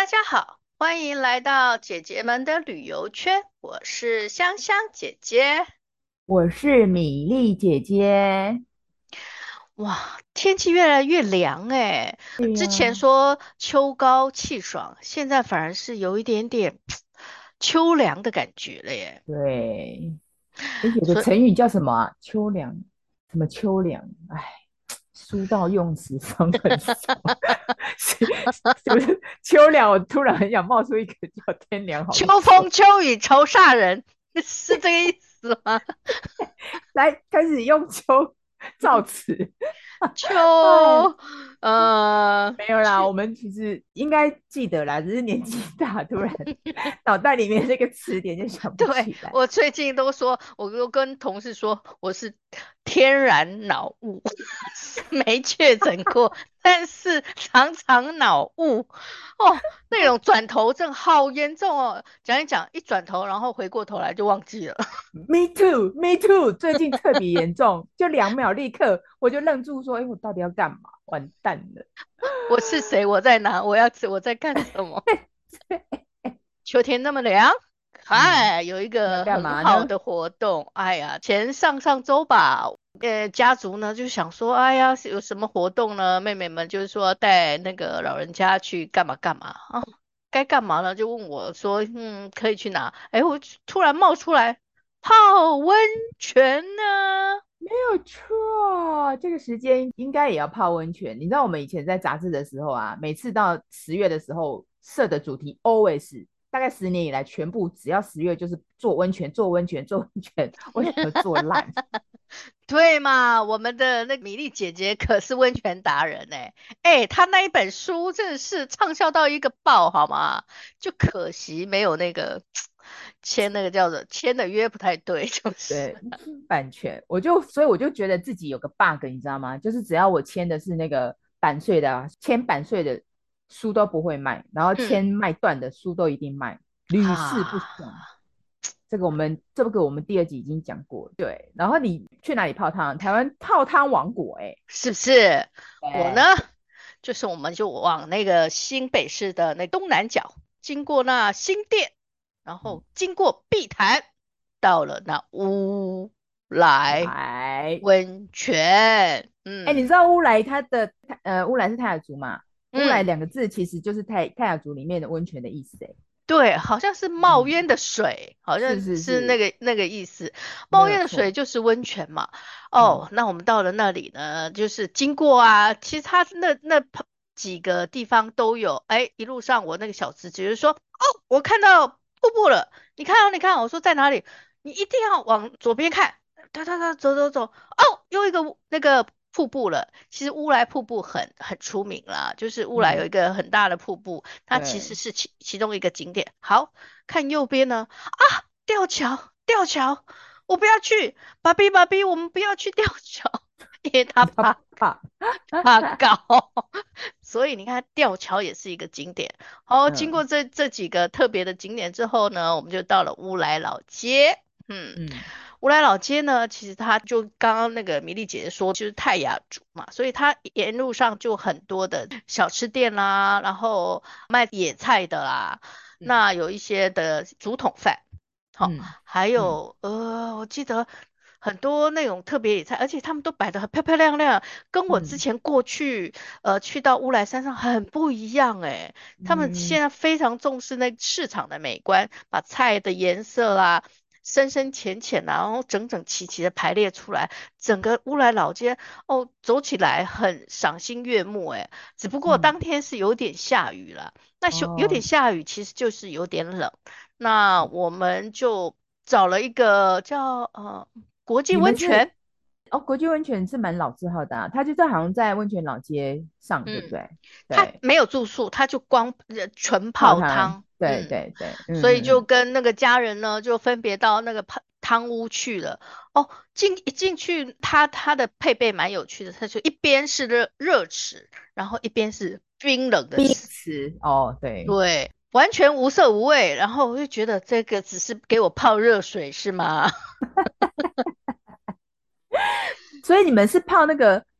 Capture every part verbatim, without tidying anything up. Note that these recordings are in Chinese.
大家好，欢迎来到姐姐们的旅游圈，我是香香姐姐。 我是米粒姐姐。 哇，天气越来越凉诶，之前对呀， 说秋高气爽，现在反而是有一点点秋凉的感觉了耶。 对，哎，有个所以成语叫什么啊？秋凉，什么秋凉？哎，书到用时方恨少，是是不是？秋凉，我突然很想冒出一个叫天凉好个秋。 秋风秋雨愁煞人，是这个意思吗？ 来，开始用秋造词。哎， 秋，呃， 没有啦， 秋我们其实应该记得啦，只是年纪大，突然脑袋里面这个词典就想不对， 起来。 我最近都说，我都跟同事说我是天然脑雾，没确诊过，但是常常脑雾。哦，那种转头症好严重哦，讲一讲，一转头，然后回过头来就忘记了。 Me too, me too，最近特别严重，就两秒立刻我就愣住说：“哎，我到底要干嘛？完蛋了！” 我是谁？我在哪？我要吃？我在干什么？秋天那么凉， 嗯， 嗨，有一你要个干嘛呢？ 很好的活动。哎呀，前上上周吧，呃，家族呢就想说，哎呀，是有什么活动呢？妹妹们就是说带那个老人家去干嘛干嘛啊？该干嘛呢？就问我说，嗯，可以去哪？哎，我突然冒出来，泡温泉呢？ 没有错，这个时间应该也要泡温泉。你知道我们以前在杂志的时候啊，每次到十月的时候设的主题 always，大概十年以来全部只要十月就是做温泉，做温泉，做温泉，为什么做烂？ 对嘛，我们的那个米粒姐姐可是温泉达人哎，哎，她那一本书真的是畅销到一个爆，好吗？就可惜没有那个签那个叫做签的约不太对，就是。 对，版权，我就所以我就觉得自己有个 bug，你知道吗？就是只要我签的是那个版税的啊，签版税的书都不会卖，然后嗯签卖断的书都一定卖，屡试不爽。 啊， 这个我们这个我们第二集已经讲过了，对。然后你去哪里泡汤？台湾泡汤王国、欸，哎， 是不是？我呢， 对， 就是我们就往那个新北市的那东南角，经过那新店，然嗯， 后经过碧潭，到了那乌来来， 温泉。 哎，你知嗯道乌来它的呃乌来是泰雅族嘛？乌来嗯。 两个字其实就是泰泰雅族里面的温泉的意思、欸，哎， 对，好像是冒嗯， 烟的水，好是像是那是是， 个那个意思。 没冒烟的水有错。 就是温泉嘛。 嗯哦，那我们到了那里呢，就是经过啊，其实它那那旁几个地方都有。哎，一路上我那个小侄子就说，哦，我看到瀑布了，你看哦，你看哦，我说在哪里？你一定要往左边看。哒哒哒，走走走，哦，又一个那个瀑布了。其实乌来瀑布很很出名啦，就是乌来有嗯， 一个很大的瀑布。它其实对， 是其其中一个景点。好，看右边呢，啊，吊桥，吊桥，我不要去，爸比爸比，我们不要去吊桥，因为他他怕怕， 怕搞，所以你看吊桥也是一个景点。好，经过嗯这这几个特别的景点之后呢，我们就到了乌来老街。嗯， 嗯乌来老街呢，其实它就刚刚那个米莉姐姐说，就是泰雅族嘛，所以它沿路上就很多的小吃店啦，然后卖野菜的啦， 嗯那有一些的竹筒饭。好， 嗯还嗯有呃，我记得很多那种特别野菜，而且他们都摆得很漂漂亮亮，跟我之嗯前过去呃去到乌来山上很不一样诶。他们嗯， 现在非常重视那市场的美观，把菜的颜色啦。深深浅浅啊，然后整整齐齐的排列出来，整个乌来老街哦，走起来很赏心悦目诶。只不过嗯， 当天是有点下雨了，那有有点哦， 下雨，其实就是有点冷。那我们就找了一个叫呃国际你们是温泉。 哦，国际温泉是蛮老字号的啊，它就在好像在温泉老街上，对不嗯， 对？对， 他没有住宿，他就光呃纯泡汤， 泡汤。 对嗯， 对对， 所以就嗯嗯跟那个家人呢，就分别到那个泡汤屋去了。哦，进一进去，它它的配备蛮有趣的，它就一边是热热池，然后一边是冰冷的池。 是哦，对， 对，完全无色无味。然后我就觉得这个只是给我泡热水是吗？ 所以你们是泡那个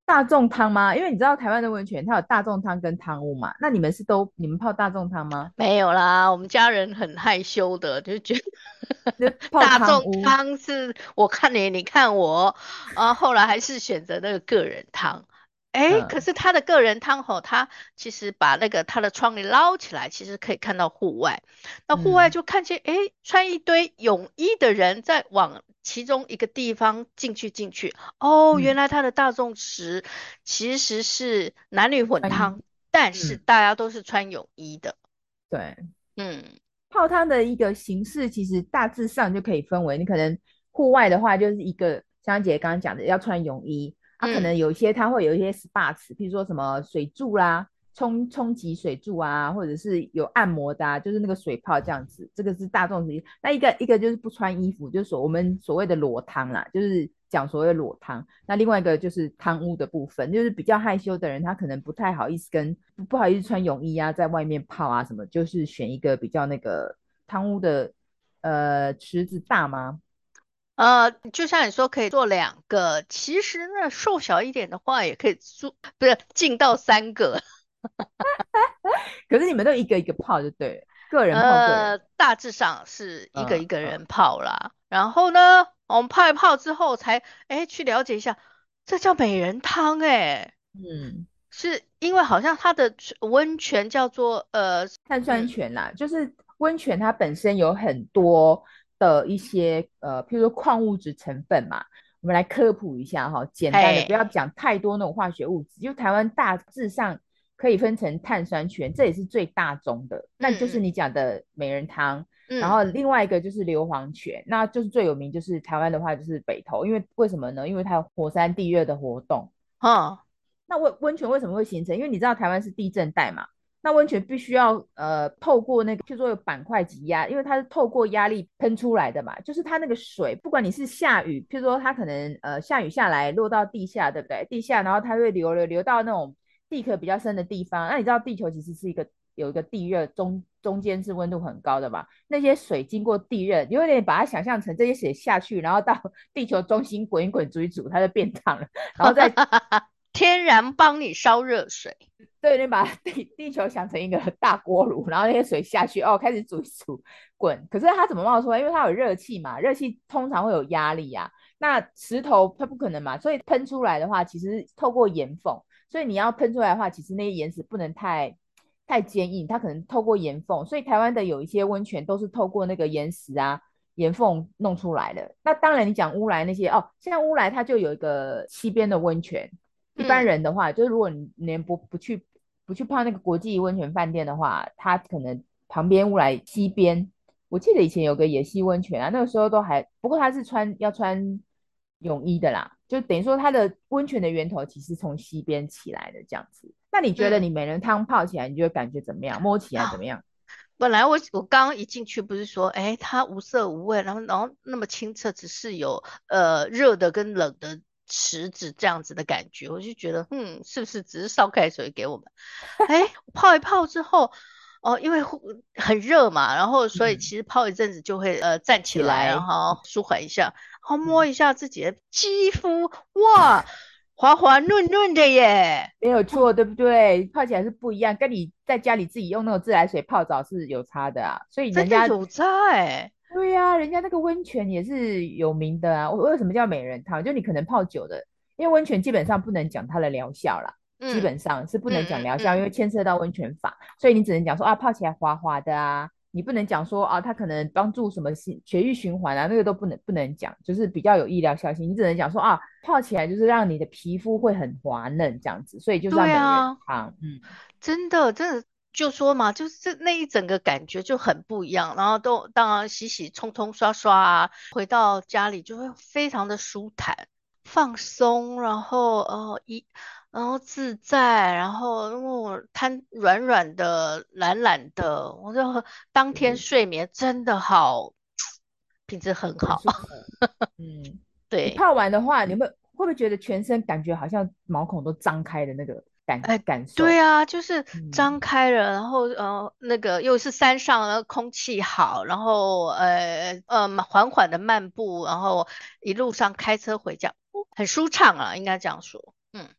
大众汤吗？因为你知道台湾的温泉它有大众汤跟汤屋嘛，那你们是都你们泡大众汤吗？ 没有啦，我们家人很害羞的，就觉得就泡大众汤屋。 汤是我看你，你看我，啊，后来还是选择那个个人汤。诶，可嗯是他的个人汤吼，他其实把那个他的窗帘捞起来，其实可以看到户外。那户外嗯就看见诶，穿一堆泳衣的人在往其中一个地方进去进去。哦，原嗯， 来他的大众池其实是男女混穿衣服。 汤，但是嗯， 大家都是穿泳衣的。 对。 嗯。 泡汤的一个形式，其实大致上就可以分为，你可能户外的话，就是一个香姐刚刚讲的要穿泳衣，啊，可能嗯有一些它会有一些 S P A 池，譬如说什么水柱啦、冲冲击水柱啊，或者是有按摩的啊，就是那个水泡这样子，这个是大众池。那一个一个就是不穿衣服，就是说我们所谓的裸汤啦，就是讲所谓的裸汤。那另外一个就是汤屋的部分，就是比较害羞的人，他可能不太好意思跟不不好意思穿泳衣啊，在外面泡啊什么，就是选一个比较那个汤屋的呃池子大吗？ 呃，就像你说可以做两个，其实呢，瘦小一点的话也可以做，不是进到三个。 可是你们都一个一个泡就对了，个人泡个人。 呃，大致上是一个嗯嗯一个人泡啦。然后呢，我们泡一泡之后才，哎，去了解一下，这叫美人汤，哎， 嗯， 是因为好像它的温泉叫做呃， 碳酸嗯， 泉啦，就是温泉它本身有很多的一些呃，譬如说矿物质成分嘛。我们来科普一下哈，简单的不要嘿， 讲太多那种化学物质。就台湾大致上可以分成碳酸泉，这也是最大宗的，那就是嗯你讲的美人汤。然嗯后另外一个就是硫磺泉，那就是最有名，就是台湾的话就是北投，因为为什么呢？因为它有火山地热的活动。 嗯，哦， 那温温泉为什么会形成？因为你知道台湾是地震带嘛，那温泉必须要呃透过那个，譬如说有板块挤压，因为它是透过压力喷出来的嘛，就是它那个水，不管你是下雨，譬如说它可能呃下雨下来落到地下，对不对？地下，然后它会流流流到那种地壳比较深的地方。那你知道地球其实是一个有一个地热中中间是温度很高的嘛？那些水经过地热，你有点把它想象成这些水下去，然后到地球中心滚一滚煮一煮，它就变烫了，然后再天然帮你烧热水。 对，你把地地球想成一个大锅炉，然后那些水下去，哦，开始煮一煮，滚。可是它怎么冒出来？因为它有热气嘛，热气通常会有压力啊。那石头它不可能嘛，所以喷出来的话，其实透过岩缝，所以你要喷出来的话，其实那些岩石不能太太坚硬，它可能透过岩缝。所以台湾的有一些温泉都是透过那个岩石啊、岩缝弄出来的。那当然，你讲乌来那些哦，像乌来它就有一个西边的温泉。一般嗯。 人的话，就是如果你连不不去不去泡那个国际温泉饭店的话，它可能旁边乌来西边，我记得以前有个野溪温泉啊，那个时候都还，不过它是穿要穿泳衣的啦，就等于说它的温泉的源头其实从西边起来的这样子。那你觉得嗯， 你美人汤泡起来，你觉得感觉怎么样？摸起来怎么好， 样？ 本来我我刚刚一进去不是说，哎，它无色无味，然后然后那么清澈，只是有呃热的跟冷的池子这样子的感觉，我就觉得，嗯，是不是只是烧开水给我们？哎，泡一泡之后，哦，因为呼很热嘛，然后所以嗯， 其实泡一阵子就会呃站起来，然起来。 后舒缓一下，然后摸嗯。 一下自己的肌肤，哇，滑滑润润的耶。 没有错，对不对？泡起来是不一样，跟你在家里自己用那种自来水泡澡是有差的啊。所以人家， 真的有差哎。 对呀、啊人家那个温泉也是有名的啊。为什么叫美人汤？就你可能泡久的，因为温泉基本上不能讲它的疗效啦，基嗯本上是不能讲疗效，因嗯嗯嗯， 为牵涉到温泉法，所以你只能讲说啊，泡起来滑滑的啊。你不能讲说啊，它可能帮助什么血血液循环啊，那个都不能不能讲，就是比较有医疗效性。你只能讲说啊，泡起来就是让你的皮肤会很滑嫩这样子，所以就叫美人对啊， 汤。嗯真的真的就说嘛，就是这那一整个感觉就很不一样，然后都当然洗洗冲冲刷刷啊，回到家里就会非常的舒坦、放松，然后呃一然后自在，然后哦瘫软软的、懒懒的，我就当天就是睡眠真的好，品质很很好。 舒服。嗯，你对。 泡完的话，你会会不会觉得全身感觉好像毛孔都张开的那个感哎， 感受？ 对啊，就是张嗯， 开了，然后呃，那个又是山上，然后空气好，然后呃呃，缓缓的漫步，然后一路上开车回家，哦很舒畅啊，应该这样说。嗯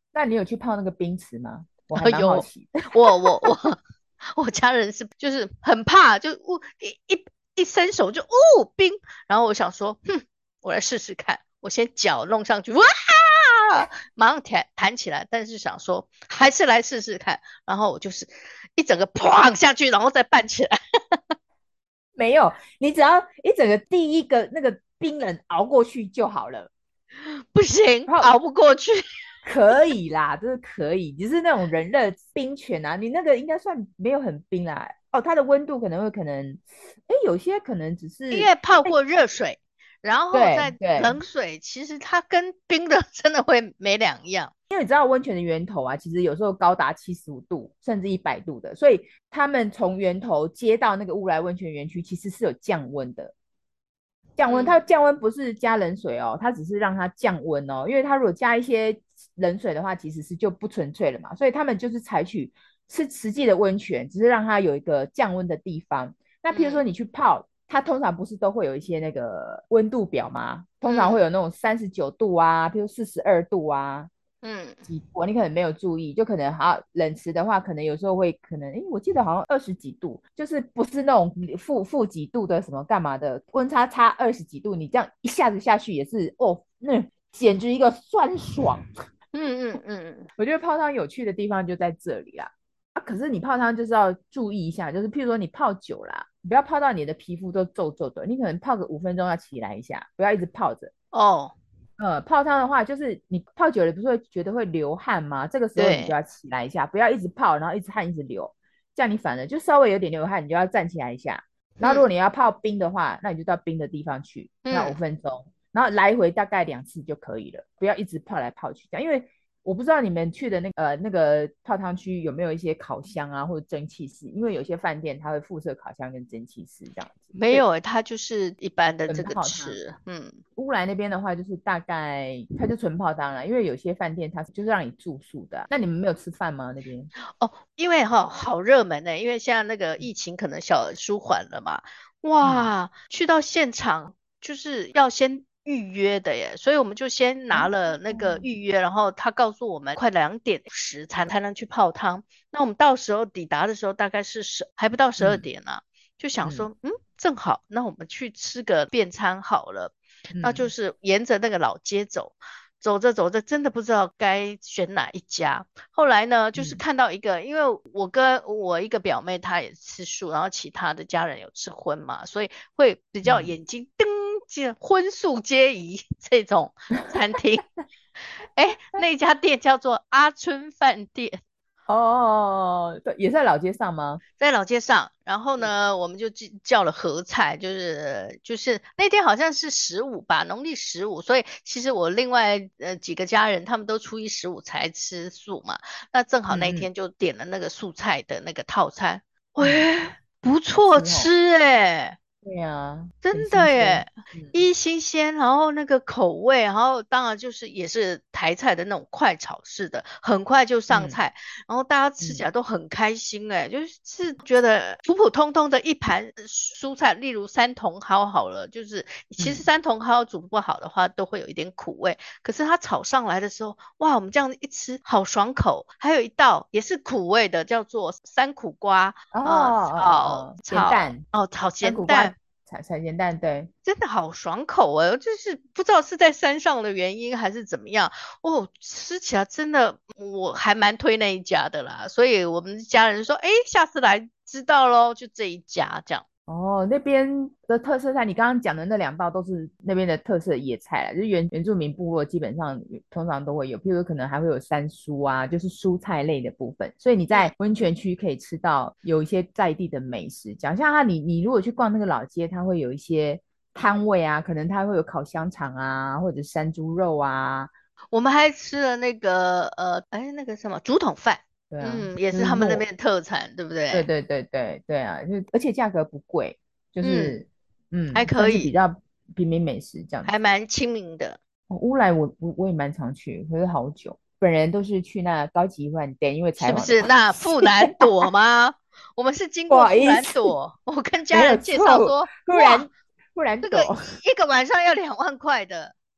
那你有去泡那个冰池吗？我还蛮好有奇。 我我我我家人是就是很怕，就呜一一一伸手就呜冰，然后我想说，哼，我来试试看，我先脚弄上去，哇，马上弹弹起来，但是想说还是来试试看，然后我就是一整个砰下去，然后再拌起来， 没有，你只要一整个第一个那个冰人熬过去就好了。 不行， 然后熬不过去。 可以啦，这是可以，只是那种人热冰泉啊，你那个应该算没有很冰啦。哦，它的温度可能会可能，哎，有些可能只因是， 为泡过热水，然后再对对， 冷水，其实它跟冰的真的会没两样。 因为你知道温泉的源头啊，其实有时候高达七十五度甚至一百度的，所以他们从源头接到那个乌来温泉园区，其实是有降温的。降温，它嗯降温不是加冷水哦，它只是让它降温哦，因为它如果加一些冷水的话，其实是就不纯粹了嘛，所以他们就是采取是实际的温泉，只是让它有一个降温的地方。那譬如说嗯你去泡，它通常不是都会有一些那个温度表吗？通常会嗯有那种三十九度啊，譬如四十二度啊， 嗯， 几度啊你可能没有注意，就可能好冷池的话，可能有时候会可能，诶，我记得好像二十几度，就是不是那种负负几度的什么干嘛的，温差差二十几度，你这样一下子下去也是哦，那简直一个酸爽。 嗯嗯嗯， 我觉得泡汤有趣的地方就在这里啦。啊，可是你泡汤就是要注意一下，就是譬如说你泡久啦，你不要泡到你的皮肤都皱皱的，你可能泡个五分钟要起来一下，不要一直泡着。 哦， 呃，泡汤的话，就是你泡久了不是会觉得会流汗吗？这个时候你就对， 要起来一下，不要一直泡，然后一直汗一直流，这样你反而就稍微有点流汗，你就要站起来一下。然后如果嗯你要泡冰的话，那你就到冰的地方去，那五嗯。 分钟，然后来回大概两次就可以了，不要一直泡来泡去这样，因为我不知道你们去的那个呃那个泡汤区有没有一些烤箱啊或者蒸汽室，因为有些饭店它会附设烤箱跟蒸汽室这样子，所以没有诶，它就是一般的这纯个泡汤。 池，嗯， 乌来那边的话，就是大概它就纯泡汤了，因为有些饭店它就是让你住宿的啊。那你们没有吃饭吗？那边？ 哦，因为哈、好热门呢，因为现在那个疫情可能小舒缓了嘛， 嗯， 哇，去到现场就是要先预约的耶，所以我们就先拿了那个哦， 预约，然后他告诉我们快两点时才才能去泡汤，那我们到时候抵达的时候大概是十还不到十二嗯点呢、就想嗯说，嗯，正好，那我们去吃个便餐好了。那就嗯是沿着那个老街走，走着走着，真的不知道该选哪一家。后来呢，就是嗯看到一个，因为我跟我一个表妹她也吃素，然后其他的家人有吃荤嘛，所以会比较嗯， 眼睛噔见荤素皆宜这种餐厅。哎，那家店叫做阿春饭店。 哦，对，也在老街上吗？ 在老街上，然后呢，我们就叫叫了合菜，就是就是那天好像是十五吧，农历十五，所以其实我另外呃几个家人他们都初一十五才吃素嘛，那正好那嗯嗯天就点了那个素菜的那个套餐， 嗯， 喂，不好吃哦。 错吃诶。 对呀，很真新鲜。 的耶， 嗯一新鲜，然后那个口味，然后当然就是也是台菜的那种快炒式的，很快就上嗯菜，然后大家吃起嗯来都很开心哎，就是是觉得普普通通的一盘呃蔬菜，例如三茼蒿好了，就是其实嗯， 三茼蒿煮不好的话都会有一点苦味，可是它炒上来的时候，哇，我们这样一吃好爽口，还有一道也是苦味的，叫做三苦瓜， 哦呃， 哦哦炒哦，咸蛋， 炒哦炒三苦瓜咸蛋。 炒炒咸蛋，对。 真的好爽口哎，就是不知道是在山上的原因还是怎么样哦，吃起来真的我还蛮推那一家的啦，所以我们家人说，哎，下次来知道咯，就这一家这样。 哦，那边的特色菜，你刚刚讲的那两道都是那边的特色野菜啦，就是原原住民部落基本上通常都会有，譬如说可能还会有山蔬啊，就是蔬菜类的部分。所以你嗯， 在温泉区可以吃到有一些在地的美食，讲像它你你如果去逛那个老街，它会有一些摊位啊，可能它会有烤香肠啊，或者山猪肉啊， 我们还吃了那个呃，哎，那个什么竹筒饭， 对啊， 嗯，也是就是糯， 他们那边的特产，对不对？ 对对对对对啊，就而且价格不贵，就嗯， 是嗯，算还可以， 是比较平民美食这样子。 还蛮亲民的， 哦乌来我我我也蛮常去，可是好久。本人都是去那高级饭店，因为是不是？ 采访的关那富系。 兰朵吗？我们是经不过富兰好意思， 朵，我跟没有家人介绍错， 说，哇。 不然不然这个抖。 一个晚上要两万块的，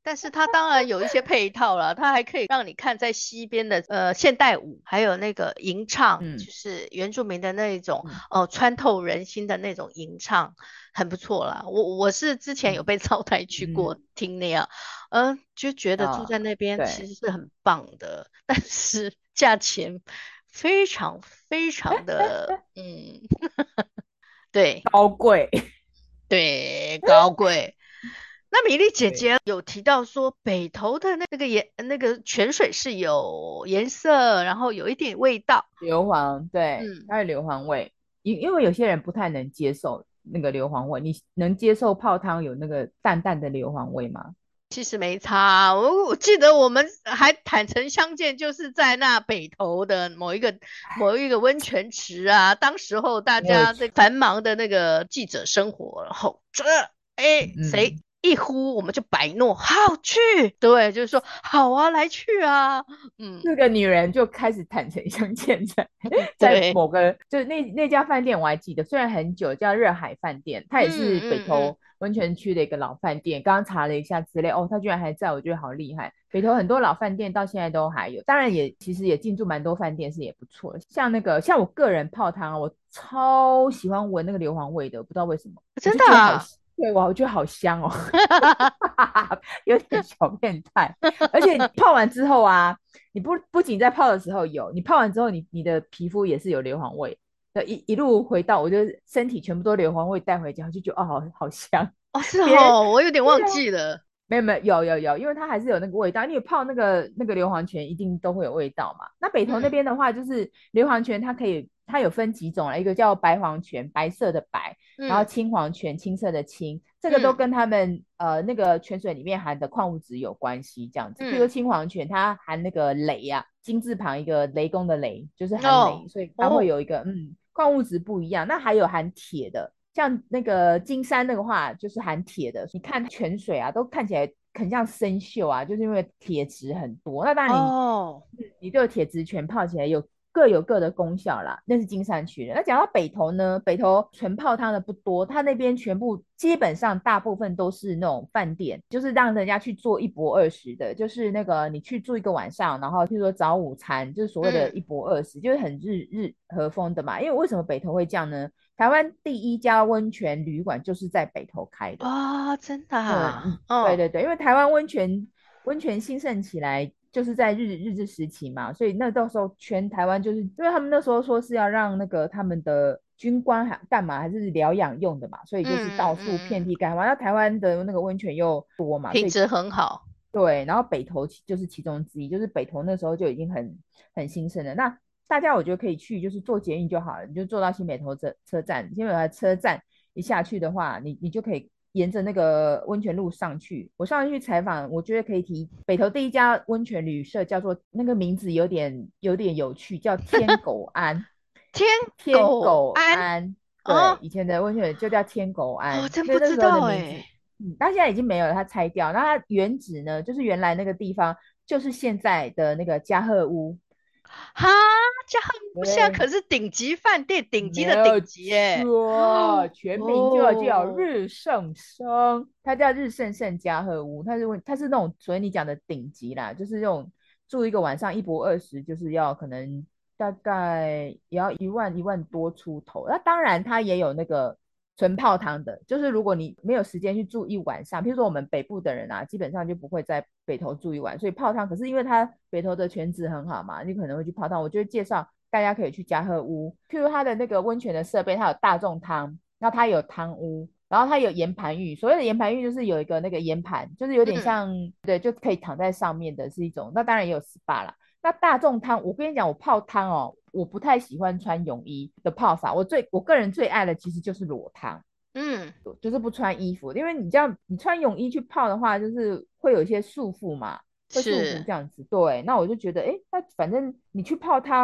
但是它当然有一些配套了，它还可以让你看在西边的呃现代舞，还有那个吟唱， 嗯就是原住民的那种嗯呃穿透人心的那种吟唱，很不错啦。我我是之前有嗯被招待去嗯过听那样，嗯、就觉得住啊、 在那边其对， 实是很棒的，但是价钱非常非常的嗯，对高贵。 对，高贵。那米粒姐对， 姐有提到说，北投的那个颜那个泉水是有颜色，然后有一点味道。 硫磺，对， 嗯， 它有硫磺味，因因为有些人不太能接受那个硫磺味，你能接受泡汤有那个淡淡的硫磺味吗？ 其实没差啊。我我记得我们还坦诚相见，就是在那北投的某一个某一个温泉池啊。当时候大没有， 家在繁忙的那个记者生活，然后这哎谁嗯， 一呼我们就摆诺，好去，对，就是说好啊，来去啊，嗯， 四个女人就开始坦诚相见在，在对， 某个就是那那家饭店我还记得，虽然很久，叫热海饭店，它也嗯是北嗯嗯投温泉区的一个老饭店。刚刚查了一下资料，哦，它居然还在，我觉得好厉害。北投很多老饭店到现在都还有，当然也其实也进驻蛮多饭店，是也不错。像那个像我个人泡汤啊，我超喜欢闻那个硫磺味的，不知道为什么，我真就觉得好， 的啊， 对我觉得好香哦，有点小变态。而且你泡完之后啊，你不不仅在泡的时候有，你泡完之后你你的皮肤也是有硫磺味，一一路回到，我就身体全部都硫磺味带回家，就觉得哦好好香。 哦是别人哦，我有点忘对啊， 记了， 没有没有有有有，因为它还是有那个味道。你有泡那个那个硫磺泉，一定都会有味道嘛。那北投那嗯边的话，就是硫磺泉，它可以它有分几种啦，一个叫白黄泉，白色的白，然后嗯青黄泉，青色的青，这个都嗯跟他们呃那个泉水里面含的矿物质有关系。这样子，譬如说嗯， 青黄泉，它含那个镭呀、啊，金字旁一个雷公的雷，就是含哦镭，所以它会哦有一个嗯矿物质不一样。那还有含铁的。像那个金山那个话，就是含铁的。你看泉水啊，都看起来很像生锈啊，就是因为铁质很多。那当然你， 哦你这个铁质泉泡起来有各有各的功效啦。那是金山区的。那讲到北投呢，北投纯泡汤的不多，它那边全部基本上大部分都是那种饭店，就是让人家去做一博二十的，就是那个你去住一个晚上，然后譬如说早午餐，就是所谓的嗯一博二十，就是很日日和风的嘛。因为为什么北投会这样呢？台湾第一家温泉旅馆就是在北投开的。 哦，真的嗯， 啊，哦对对对，因为台湾温泉温泉兴盛起来，就是在日日治时期嘛，所以那到时候全台湾就是，因为他们那时候说是要让那个他们的军官还干嘛，还是疗养用的嘛，所以就是嗯嗯到处遍嗯嗯， 地开花。那台湾的那个温泉又多嘛，所以品质很好， 对，然后北投其就是其中之一，就是北投那时候就已经很很兴盛了。那大家我觉得可以去，就是坐捷运就好了，你就坐到新北投车车站，新北投车站一下去的话，你你就可以沿着那个温泉路上去。我上次去采访，我觉得可以提北投第一家温泉旅社，叫做那个名字有点有点有趣，叫天狗安。 天天狗狗安安，对， 哦以前的温泉就叫天狗哦， 安， 真不知那那时候的道哎， 名字。嗯，它现在已经没有了，它拆掉。那它原址呢，就是原来那个地方，就是现在的那个嘉禾屋。 哈，这样现在对， 可是顶级饭店，顶级的没有顶级耶， 错，全名就叫哦， 日盛生，它叫日盛盛嘉禾屋，它是问它是那种所以你讲的顶级啦，就是那种住一个晚上一博二十，就是要可能大概也要一万一万多出头。那当然它也有那个纯泡汤的，就是如果你没有时间去住一晚上，譬如说我们北部的人啊，基本上就不会在北投住一晚，所以泡汤。可是因为它北投的泉质很好嘛，你可能会去泡汤。我就会介绍大家可以去嘉禾屋，譬如它的那个温泉的设备，它有大众汤，然后它有汤屋，然后它有岩盘浴。所谓的岩盘浴就是有一个那个岩盘，就是有点嗯， 像对，就可以躺在上面的是一种。那当然也有 S P A 啦。那大众汤，我跟你讲，我泡汤哦，我不太喜欢穿泳衣的泡法。我最我个人最爱的其实就是裸汤。 嗯， 就是不穿衣服，因为你这样你穿泳衣去泡的话，就是会有一些束缚嘛，会束缚是， 这样子。对，那我就觉得，哎，那反正你去泡汤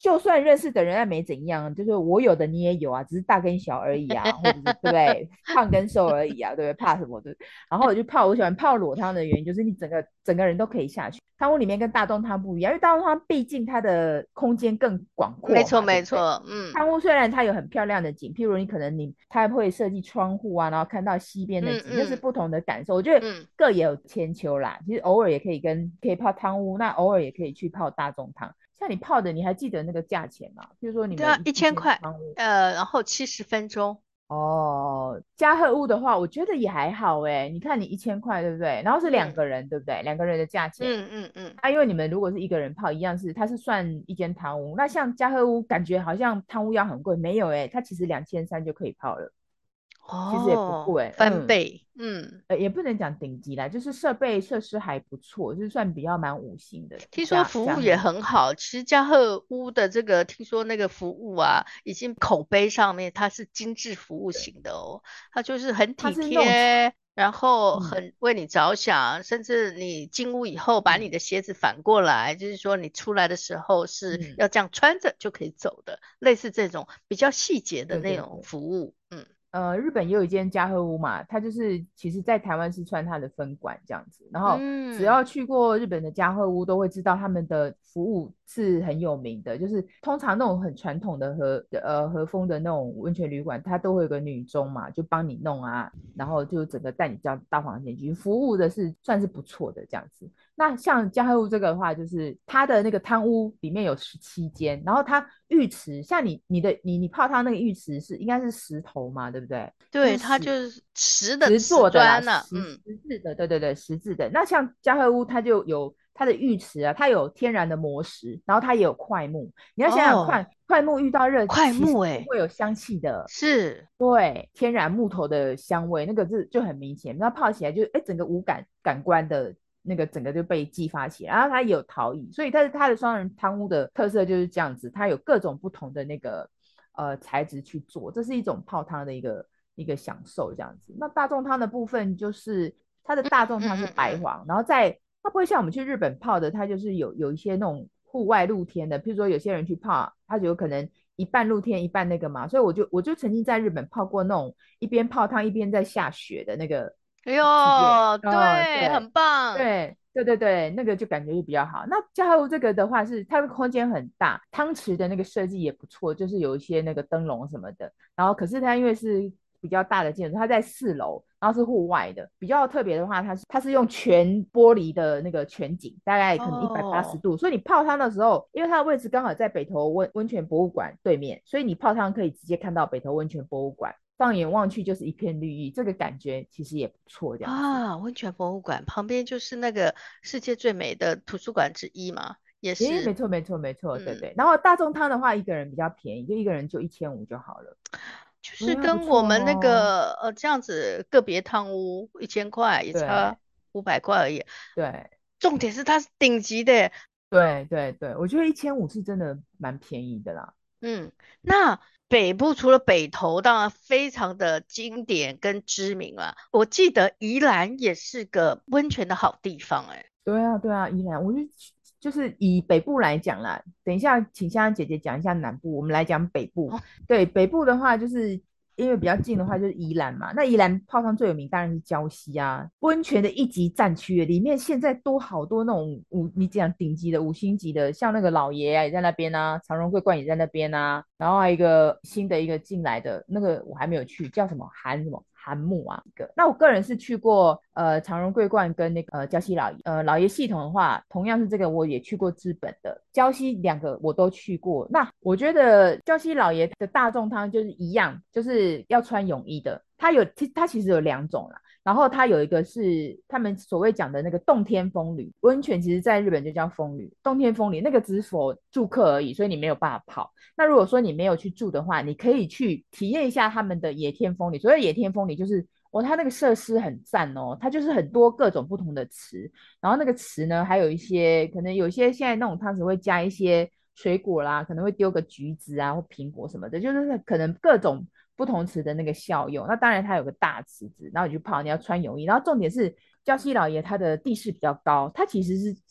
就算认识的人那没怎样，就是我有的你也有啊，只是大跟小而已啊，或者是对不对，胖跟瘦而已啊，对不对？怕什么的？然后我就泡，我喜欢泡裸汤的原因就是你整个整个人都可以下去。汤屋里面跟大众汤不一样，因为大众汤毕竟它的空间更广没错阔嘛，对不对？ 没错，嗯汤屋虽然它有很漂亮的景，譬如你可能你它会设计窗户啊，然后看到西边的景，那是嗯嗯不同的感受。我觉得嗯。 各有千秋啦。其实偶尔也可以跟可以泡汤屋，那偶尔也可以去泡大众汤。像你泡的，你还记得那个价钱吗？譬如说你对啊， 们一一一千块， 间汤屋。 呃，然后七十分钟。 哦，加贺屋的话，我觉得也还好哎。你看你一千块，对不对？然后是两嗯个人，对不对？两个人的价钱。 嗯嗯嗯。 啊，因为你们如果是一个人泡，一样是它是算一间汤屋。那像加贺屋，感觉好像汤屋要很贵，没有哎，它其实两千三就可以泡了，其实也不哦， 贵。嗯， 翻倍。嗯。 呃，也不能讲顶级啦，就是设备设施还不错，就是算比较蛮五星的听说加服务也加贺屋。 很好。其实嘉禾屋的这个，听说那个服务啊，已经口碑上面它是精致服务型的哦，它就是很体它是那种传贴，然后嗯很为你着想，甚至你进屋以后把你嗯的鞋子反过来，就是说你出来的时候是嗯， 要这样穿着就可以走的，类似这种比较细节的那种对对对。 服务。嗯呃，日本也有一间加贺屋嘛，它就是其实在台湾是算它的分馆这样子，然后只嗯。 要去过日本的加贺屋，都会知道他们的服务是很有名的，就是通常那种很传统的和呃和风的那种温泉旅馆，它都会有个女中嘛，就帮你弄啊，然后就整个带你到大房间去，服务的是算是不错的这样子。那像加贺屋这个的话，就是它的那个汤屋里面有十七间，然后它浴池，像你你的你你泡汤那个浴池是应该是石头嘛，对不对？就对， 是石它就是瓷的石瓷做的啦， 砖呢、 石嗯。 石质的，对对对，石质的。那像嘉禾屋，它就有它的浴池啊，它有天然的磨石，然后它也有快木。你要想想哦， 快快木遇到热， 快其实木诶， 不会有香气的。 是。 对，天然木头的香味，那个是就很明显。那泡起来就哎，整个五感感官的那个整个就被激发起来。然后它也有陶艺，所以它是它的双人汤屋的特色就是这样子，它有各种不同的那个呃材质去做，这是一种泡汤的一个一个享受这样子。那大众汤的部分就是它的嗯大众汤是嗯嗯嗯。 白黄，然后在它不会像我们去日本泡的，它就是有有一些那种户外露天的，譬如说有些人去泡，他就有可能一半露天一半那个嘛，所以我就我就曾经在日本泡过那种一边泡汤一边在下雪的那个哎体验。 呦， 哦， 对， 对很棒。 对对对对，那个就感觉就比较好。那加贺屋这个的话是它的空间很大，汤池的那个设计也不错，就是有一些那个灯笼什么的。然后可是它因为是比较大的建筑，它在四楼，然后是户外的。比较特别的话，它是它是用全玻璃的那个全景，大概可能一百八十哦。 度，所以你泡汤的时候，因为它的位置刚好在北投温温泉博物馆对面，所以你泡汤可以直接看到北投温泉博物馆，放眼望去就是一片绿意，这个感觉其实也不错，这样子。 啊，温泉博物馆旁边就是那个世界最美的图书馆之一嘛，也诶，没是。 错没错没错，对嗯。 对。然后大众汤的话，一个人比较便宜，就一个人就一千五就好了。 就是对啊，不跟我错们那哦。 个呃这样子个别汤屋一千块也差对五百块而已。 对重点是它是顶级的。 对对对，我觉得一千五是真的蛮便宜的啦。 嗯。那北部除了北投，当然非常的经典跟知名了。我记得宜兰也是个温泉的好地方，哎。 对啊对啊，依然，我就就是以北部来讲啦，等一下请香香姐姐讲一下南部，我们来讲北部。 哦。 对，北部的话，就是因为比较近的话，就是宜兰嘛。那宜兰泡汤最有名当然是礁溪啊，温泉的一级战区，里面现在都好多那种五，你讲顶级的五星级的，像那个老爷啊也在那边啊，长荣桂冠也在那边啊，然后还有一个新的一个进来的那个我还没有去，叫什么韩什么。韩木啊，一个。那我个人是去过呃长荣桂冠跟那个呃礁溪老爷呃老爷系统的话，同样是这个我也去过资本的，礁溪两个我都去过。那我觉得礁溪老爷的大众汤就是一样，就是要穿泳衣的。它有它其实有两种啦，然后它有一个是他们所谓讲的那个洞天风吕温泉，其实在日本就叫风吕，洞天风吕那个只是否住客而已，所以你没有办法泡。那如果说你没有去住的话，你可以去体验一下他们的野天风吕。所谓野天风吕就是哦，它那个设施很赞哦，它就是很多各种不同的池，然后那个池呢，还有一些可能有些现在那种汤匙会加一些水果啦，可能会丢个橘子啊或苹果什么的，就是可能各种不同池的那个效用。那当然它有个大池子，然后你去泡，你要穿泳衣，然后重点是礁溪老爷它的地势比较高，它其实是要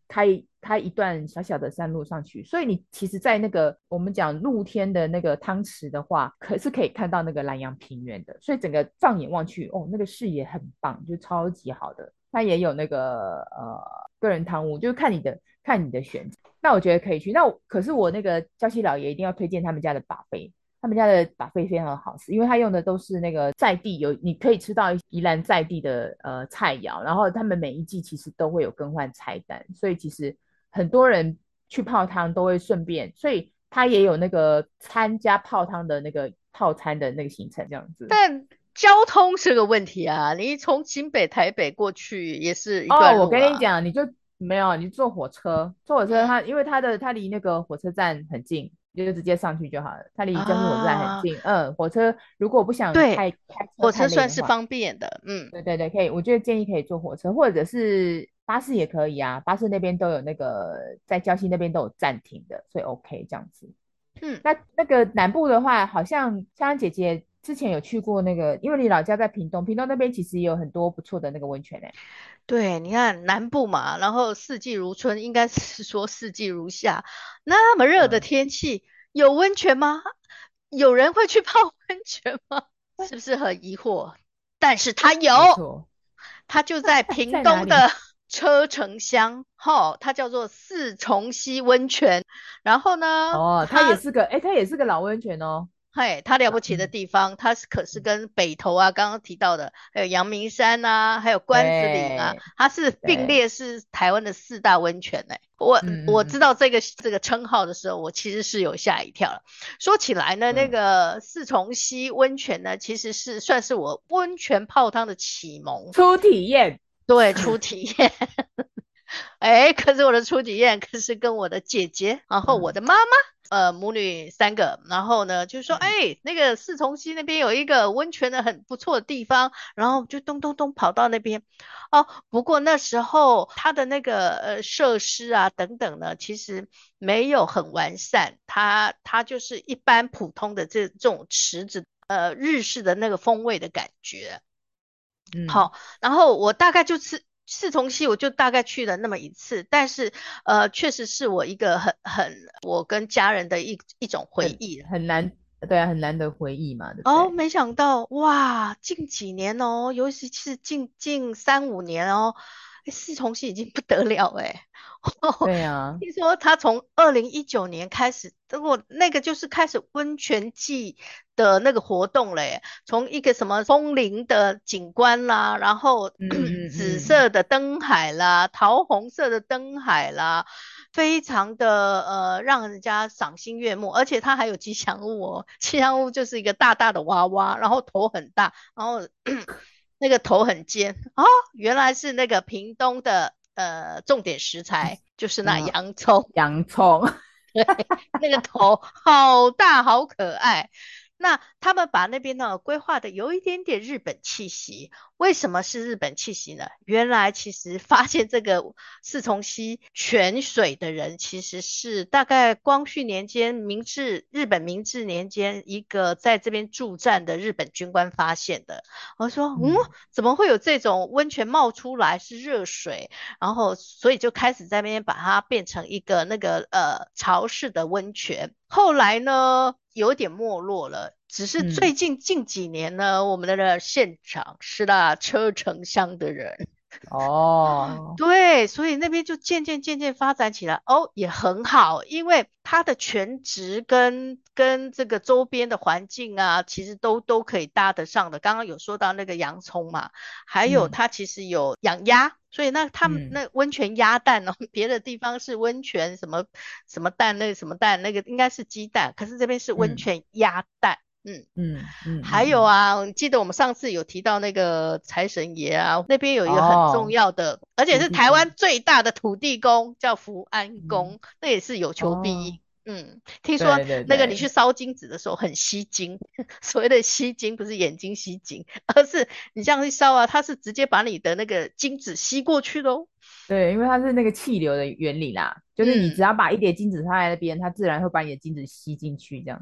开开一段小小的山路上去，所以你其实，在那个我们讲露天的那个汤池的话，可是可以看到那个南洋平原的，所以整个放眼望去，哦，那个视野很棒，就超级好的。它也有那个呃个人汤屋，就是看你的看你的选择。那我觉得可以去。那我可是我那个礁溪老爷一定要推荐他们家的把费，他们家的把费非常好吃，因为他用的都是那个在地有，你可以吃到宜兰在地的呃菜肴，然后他们每一季其实都会有更换菜单，所以其实很多人去泡汤都会顺便，所以他也有那个参加泡汤的那个套餐的那个行程这样子。 但交通是个问题啊，你从新北、台北过去也是一哦，我段路啊。 跟你讲，你就没有，你坐火车，坐火车嗯它因为它的它离那个火车站很近，你就直接上去就好了。它离礁溪火车站很啊， 近，嗯，火车如果不想对， 开开车火车太累的话， 算是方便的，嗯对对对，可以，我觉得建议可以坐火车，或者是巴士也可以啊，巴士那边都有那个在礁溪那边都有暂停的，所以 OK 这样子。 嗯。 那那个南部的话，好像香香姐姐之前有去过那个，因为你老家在屏东，屏东那边其实也有很多不错的那个温泉诶、 对，你看南部嘛，然后四季如春，应该是说四季如夏。那么热的嗯， 天气，有温泉吗？有人会去泡温泉吗？是不是很疑惑？但是它有， 没错， 它就在屏在哪里？ 东的车城乡，哈、它叫做四重溪温泉。然后呢， 哦，它也它是个，哎，它也是个老温泉哦。 嘿，它了不起的嗯， 地方，它是可是跟北投啊，刚刚提到的，还有阳明山啊，还有关子岭啊， 对它是并对， 列是台湾的四大温泉呢。我我知嗯嗯道这个这个称号的时候，我其实是有吓一跳了。说起来呢，那嗯嗯， 个四重溪温泉呢，其实是算是我温泉泡汤的启蒙， 初体验， 对，初体验。哎，可是我的初体验可是跟我的姐姐，然后我嗯的妈妈，呃，母女三个，然后呢，就说， 嗯哎，那个四重溪那边有一个温泉的很不错的地方，然后就咚咚咚跑到那边。哦，不过那时候它的那个呃设施啊等等呢，其实没有很完善，它它就是一般普通的这这种池子，呃，日式的那个风味的感觉。 嗯好，然后我大概就是四重溪，我就大概去了那么一次，但是呃，确实是我一个很很我跟家人的一一种回很忆。 很难，对啊，很难得回忆嘛，对不哦， 对？ 没想到哇，近几年哦，尤其是近近三五年哦，诶四重溪已经不得了诶。 对啊， 听说他从二零一九年开始，如果那个就是开始温泉季的那个活动了耶，从一个什么枫林的景观啦，然后嗯嗯紫嗯色的灯海啦，桃红色的灯海啦，非常的呃让人家赏心悦目，而且它还有吉祥物哦，吉祥物就是一个大大的娃娃，然后头很大，然后那个头很尖哦，原来是那个屏东的呃重点食材，就是那嗯， 洋葱。 洋葱， 那个头好大好可爱。那他们把那边呢规划的有一点点日本气息，为什么是日本气息呢？原来其实发现这个四重溪泉水的人，其实是大概光绪年间明治日本明治年间一个在这边驻战的日本军官发现的。我说，嗯， 嗯怎么会有这种温泉冒出来是热水？然后所以就开始在那边把它变成一个那个呃潮式的温泉。后来呢，有点没落了。只是嗯， 最近近几年呢，我们的县长是那车城乡的人， 哦， 对，所以那边就渐渐渐渐发展起来，哦，也很好，因为它的全职跟跟这个周边的环境啊，其实都都可以搭得上的。刚刚有说到那个洋葱嘛，还有嗯它其实有养鸭，所以那他们嗯那温泉鸭蛋哦，别的地方是温泉什么什么蛋，那个什么蛋，那个应该是鸡蛋，可是这边是温嗯泉鸭蛋。嗯， 嗯嗯还嗯嗯， 有啊，我记得我们上次有提到那个财神爷啊，那边有一个很重哦， 要的，而且土地公， 是台湾最大的土地公，叫福安嗯， 宫，那也是有求必应。 哦， 嗯，听说对对那个你去对。 烧金纸的时候很吸睛，所谓的吸睛不是眼睛吸睛，而是你这样一烧啊，它是直接把你的那个金纸吸过去的哦。 对，因为它是那个气流的原理啦，就是你只嗯。 要把一叠金子放在那边，它自然会把你的金子吸进去，这样子。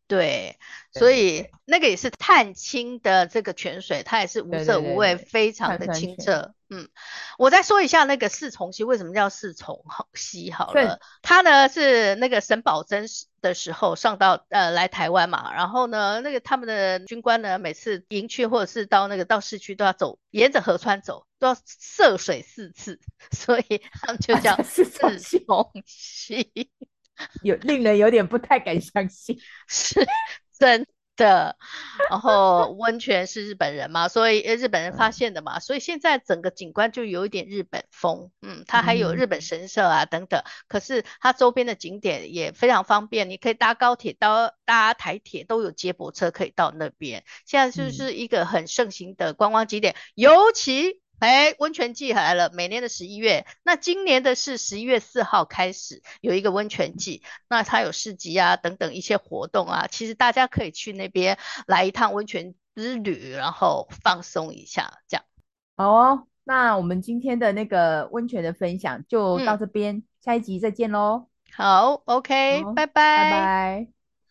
对， 对所对对以那个也是碳清的这个泉水，它也是无对色无味， 对对对， 非常碳的酸泉。 清澈。嗯，我再说一下那个四重溪为什么叫四重好溪好了， 顺它呢是那个沈葆桢时的时候上到呃来台湾嘛，然后呢那个他们的军官呢每次营区或者是到那个到市区都要走沿着河川走，都要涉水四次，所以他们就啊， 叫这是重四新重溪。 有令人有点不太敢相信。 是真的。然后温泉是日本人嘛，所以呃日本人发嗯现的嘛，所以现在整个景观就有一点日本风。嗯，它还有嗯日本神社啊等等，可是它周边的景点也非常方便，你可以搭高铁、搭搭台铁都有接驳车可以到那边。现在就嗯是一个很盛行的观光景点，尤其。哎，温泉季来了，每年的十一月，那今年的是十一月四号开始有一个温泉季，那它有市集啊等等一些活动啊，其实大家可以去那边来一趟温泉之旅，然后放松一下，这样。 好哦，那我们今天的那个温泉的分享就到嗯， 这边，下一集再见喽。 好，OK， 好， 拜拜拜。 拜。